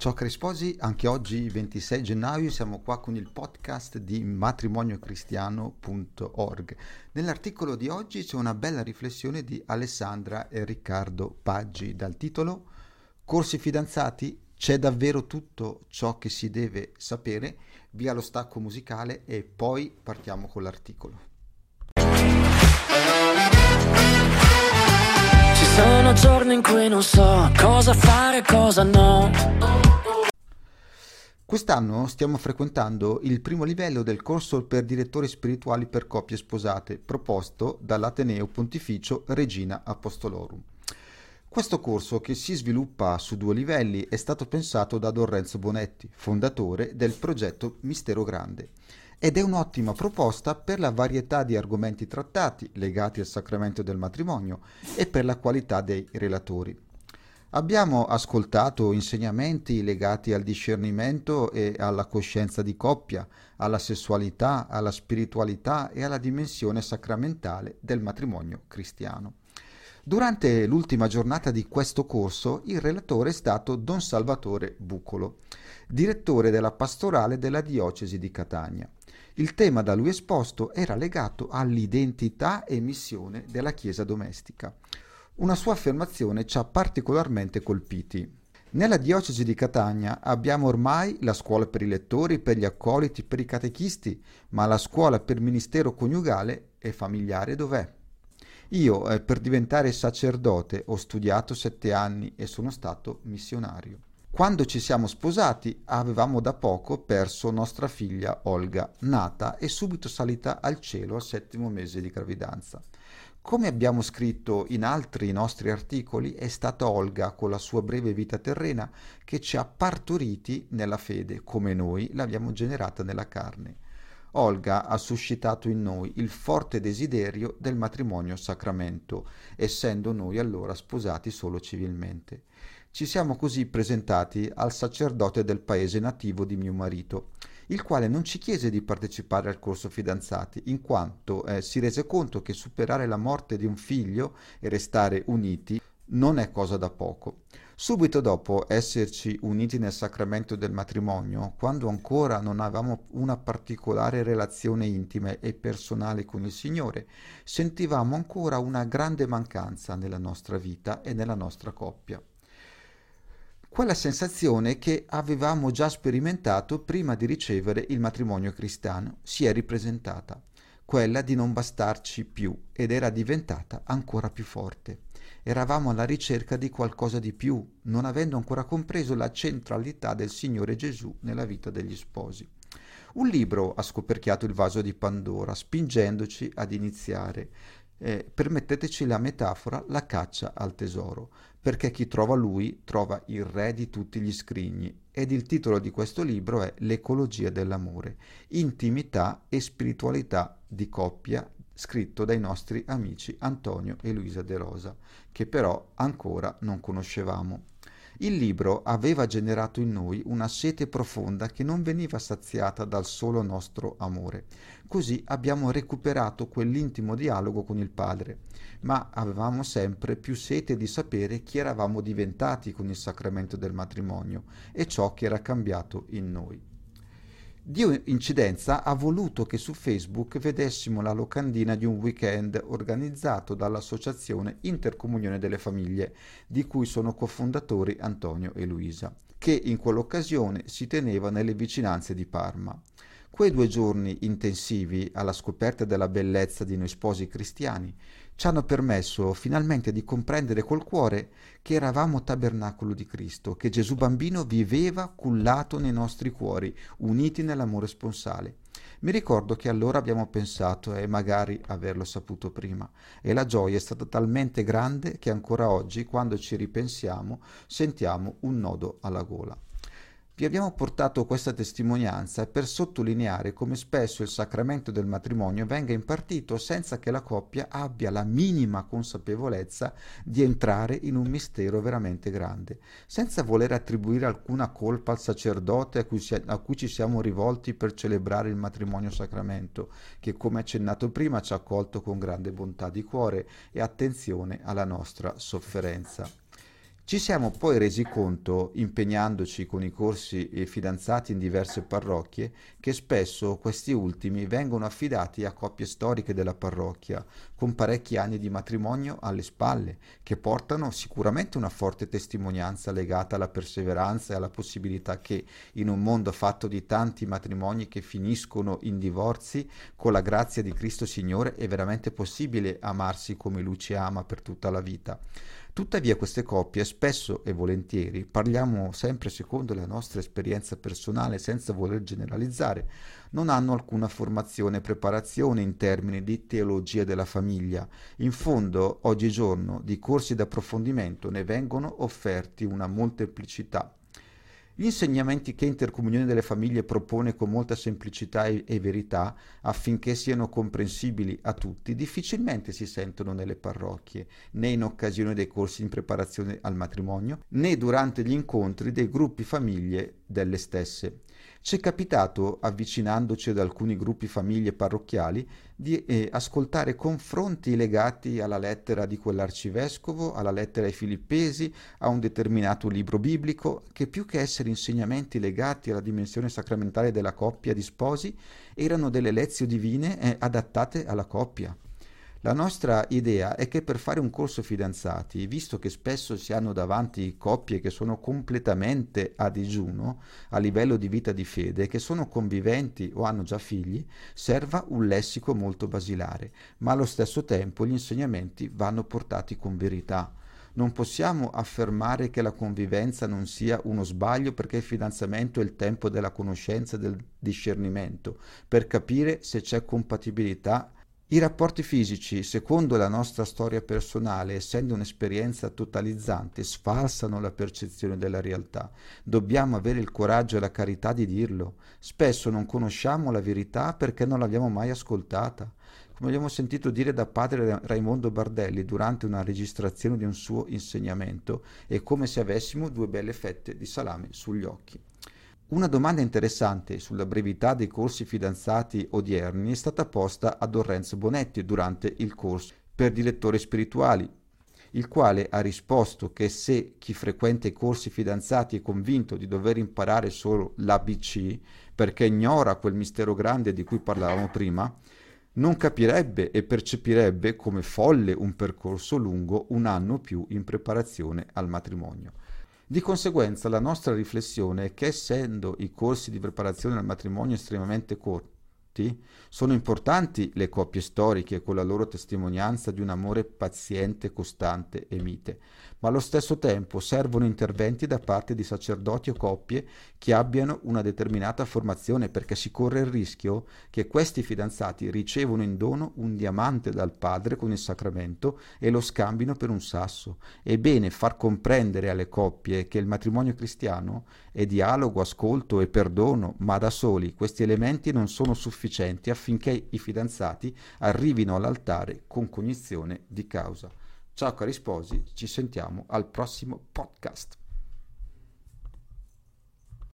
Ciao cari sposi, anche oggi 26 gennaio siamo qua con il podcast di matrimoniocristiano.org. Nell'articolo di oggi c'è una bella riflessione di Alessandra e Riccardo Paggi dal titolo Corsi fidanzati? C'è davvero tutto ciò che si deve sapere? Via lo stacco musicale e poi partiamo con l'articolo. Ci sono giorni in cui non so cosa fare e cosa no. Quest'anno stiamo frequentando il primo livello del corso per direttori spirituali per coppie sposate, proposto dall'Ateneo Pontificio Regina Apostolorum. Questo corso, che si sviluppa su 2 livelli, è stato pensato da Don Renzo Bonetti, fondatore del progetto Mistero Grande, ed è un'ottima proposta per la varietà di argomenti trattati legati al sacramento del matrimonio e per la qualità dei relatori. Abbiamo ascoltato insegnamenti legati al discernimento e alla coscienza di coppia, alla sessualità, alla spiritualità e alla dimensione sacramentale del matrimonio cristiano. Durante l'ultima giornata di questo corso, il relatore è stato Don Salvatore Bucolo, direttore della pastorale della diocesi di Catania. Il tema da lui esposto era legato all'identità e missione della Chiesa domestica. Una sua affermazione ci ha particolarmente colpiti. Nella diocesi di Catania abbiamo ormai la scuola per i lettori, per gli accoliti, per i catechisti, ma la scuola per ministero coniugale e familiare dov'è? Io, per diventare sacerdote, ho studiato 7 anni e sono stato missionario. Quando ci siamo sposati avevamo da poco perso nostra figlia Olga, nata e subito salita al cielo al 7° mese di gravidanza. Come abbiamo scritto in altri nostri articoli, è stata Olga, con la sua breve vita terrena, che ci ha partoriti nella fede, come noi l'abbiamo generata nella carne. Olga ha suscitato in noi il forte desiderio del matrimonio sacramento, essendo noi allora sposati solo civilmente. Ci siamo così presentati al sacerdote del paese nativo di mio marito, il quale non ci chiese di partecipare al corso fidanzati, in quanto si rese conto che superare la morte di un figlio e restare uniti non è cosa da poco. Subito dopo esserci uniti nel sacramento del matrimonio, quando ancora non avevamo una particolare relazione intima e personale con il Signore, sentivamo ancora una grande mancanza nella nostra vita e nella nostra coppia. Quella sensazione che avevamo già sperimentato prima di ricevere il matrimonio cristiano si è ripresentata, quella di non bastarci più, ed era diventata ancora più forte. Eravamo alla ricerca di qualcosa di più, non avendo ancora compreso la centralità del Signore Gesù nella vita degli sposi. Un libro ha scoperchiato il vaso di Pandora, spingendoci ad iniziare, permetteteci la metafora, la caccia al tesoro, perché chi trova lui trova il re di tutti gli scrigni, ed il titolo di questo libro è L'ecologia dell'amore, intimità e spiritualità di coppia, scritto dai nostri amici Antonio e Luisa De Rosa, che però ancora non conoscevamo. Il libro aveva generato in noi una sete profonda che non veniva saziata dal solo nostro amore. Così abbiamo recuperato quell'intimo dialogo con il Padre, ma avevamo sempre più sete di sapere chi eravamo diventati con il sacramento del matrimonio e ciò che era cambiato in noi. Dio incidenza ha voluto che su Facebook vedessimo la locandina di un weekend organizzato dall'Associazione Intercomunione delle Famiglie, di cui sono cofondatori Antonio e Luisa, che in quell'occasione si teneva nelle vicinanze di Parma. Quei 2 giorni intensivi alla scoperta della bellezza di noi sposi cristiani ci hanno permesso finalmente di comprendere col cuore che eravamo tabernacolo di Cristo, che Gesù bambino viveva cullato nei nostri cuori, uniti nell'amore sponsale. Mi ricordo che allora abbiamo pensato magari averlo saputo prima, e la gioia è stata talmente grande che ancora oggi, quando ci ripensiamo, sentiamo un nodo alla gola. Vi abbiamo portato questa testimonianza per sottolineare come spesso il sacramento del matrimonio venga impartito senza che la coppia abbia la minima consapevolezza di entrare in un mistero veramente grande, senza voler attribuire alcuna colpa al sacerdote a cui ci siamo rivolti per celebrare il matrimonio sacramento, che come accennato prima ci ha accolto con grande bontà di cuore e attenzione alla nostra sofferenza. Ci siamo poi resi conto, impegnandoci con i corsi e fidanzati in diverse parrocchie, che spesso questi ultimi vengono affidati a coppie storiche della parrocchia, con parecchi anni di matrimonio alle spalle, che portano sicuramente una forte testimonianza legata alla perseveranza e alla possibilità che, in un mondo fatto di tanti matrimoni che finiscono in divorzi, con la grazia di Cristo Signore è veramente possibile amarsi come Lui ci ama per tutta la vita. Tuttavia queste coppie, spesso e volentieri, parliamo sempre secondo la nostra esperienza personale senza voler generalizzare, non hanno alcuna formazione e preparazione in termini di teologia della famiglia. In fondo, oggigiorno, di corsi d'approfondimento ne vengono offerti una molteplicità. Gli insegnamenti che Intercomunione delle Famiglie propone con molta semplicità e verità affinché siano comprensibili a tutti difficilmente si sentono nelle parrocchie, né in occasione dei corsi in preparazione al matrimonio, né durante gli incontri dei gruppi famiglie delle stesse. Ci è capitato, avvicinandoci ad alcuni gruppi famiglie parrocchiali, di ascoltare confronti legati alla lettera di quell'arcivescovo, alla lettera ai Filippesi, a un determinato libro biblico, che più che essere insegnamenti legati alla dimensione sacramentale della coppia di sposi, erano delle lezioni divine adattate alla coppia. La nostra idea è che per fare un corso fidanzati, visto che spesso si hanno davanti coppie che sono completamente a digiuno a livello di vita di fede, che sono conviventi o hanno già figli, serva un lessico molto basilare, ma allo stesso tempo gli insegnamenti vanno portati con verità. Non possiamo affermare che la convivenza non sia uno sbaglio perché il fidanzamento è il tempo della conoscenza e del discernimento, per capire se c'è compatibilità. I rapporti fisici, secondo la nostra storia personale, essendo un'esperienza totalizzante, sfalsano la percezione della realtà. Dobbiamo avere il coraggio e la carità di dirlo. Spesso non conosciamo la verità perché non l'abbiamo mai ascoltata. Come abbiamo sentito dire da padre Raimondo Bardelli durante una registrazione di un suo insegnamento, è come se avessimo due belle fette di salame sugli occhi. Una domanda interessante sulla brevità dei corsi fidanzati odierni è stata posta a Don Renzo Bonetti durante il corso per direttori spirituali, il quale ha risposto che se chi frequenta i corsi fidanzati è convinto di dover imparare solo l'ABC perché ignora quel mistero grande di cui parlavamo prima, non capirebbe e percepirebbe come folle un percorso lungo un anno più in preparazione al matrimonio. Di conseguenza la nostra riflessione è che essendo i corsi di preparazione al matrimonio estremamente corti, sono importanti le coppie storiche con la loro testimonianza di un amore paziente, costante e mite, ma allo stesso tempo servono interventi da parte di sacerdoti o coppie che abbiano una determinata formazione, perché si corre il rischio che questi fidanzati ricevono in dono un diamante dal padre con il sacramento e lo scambino per un sasso. È bene far comprendere alle coppie che il matrimonio cristiano è dialogo, ascolto e perdono, ma da soli questi elementi non sono sufficienti affinché i fidanzati arrivino all'altare con cognizione di causa. Ciao cari sposi, ci sentiamo al prossimo podcast.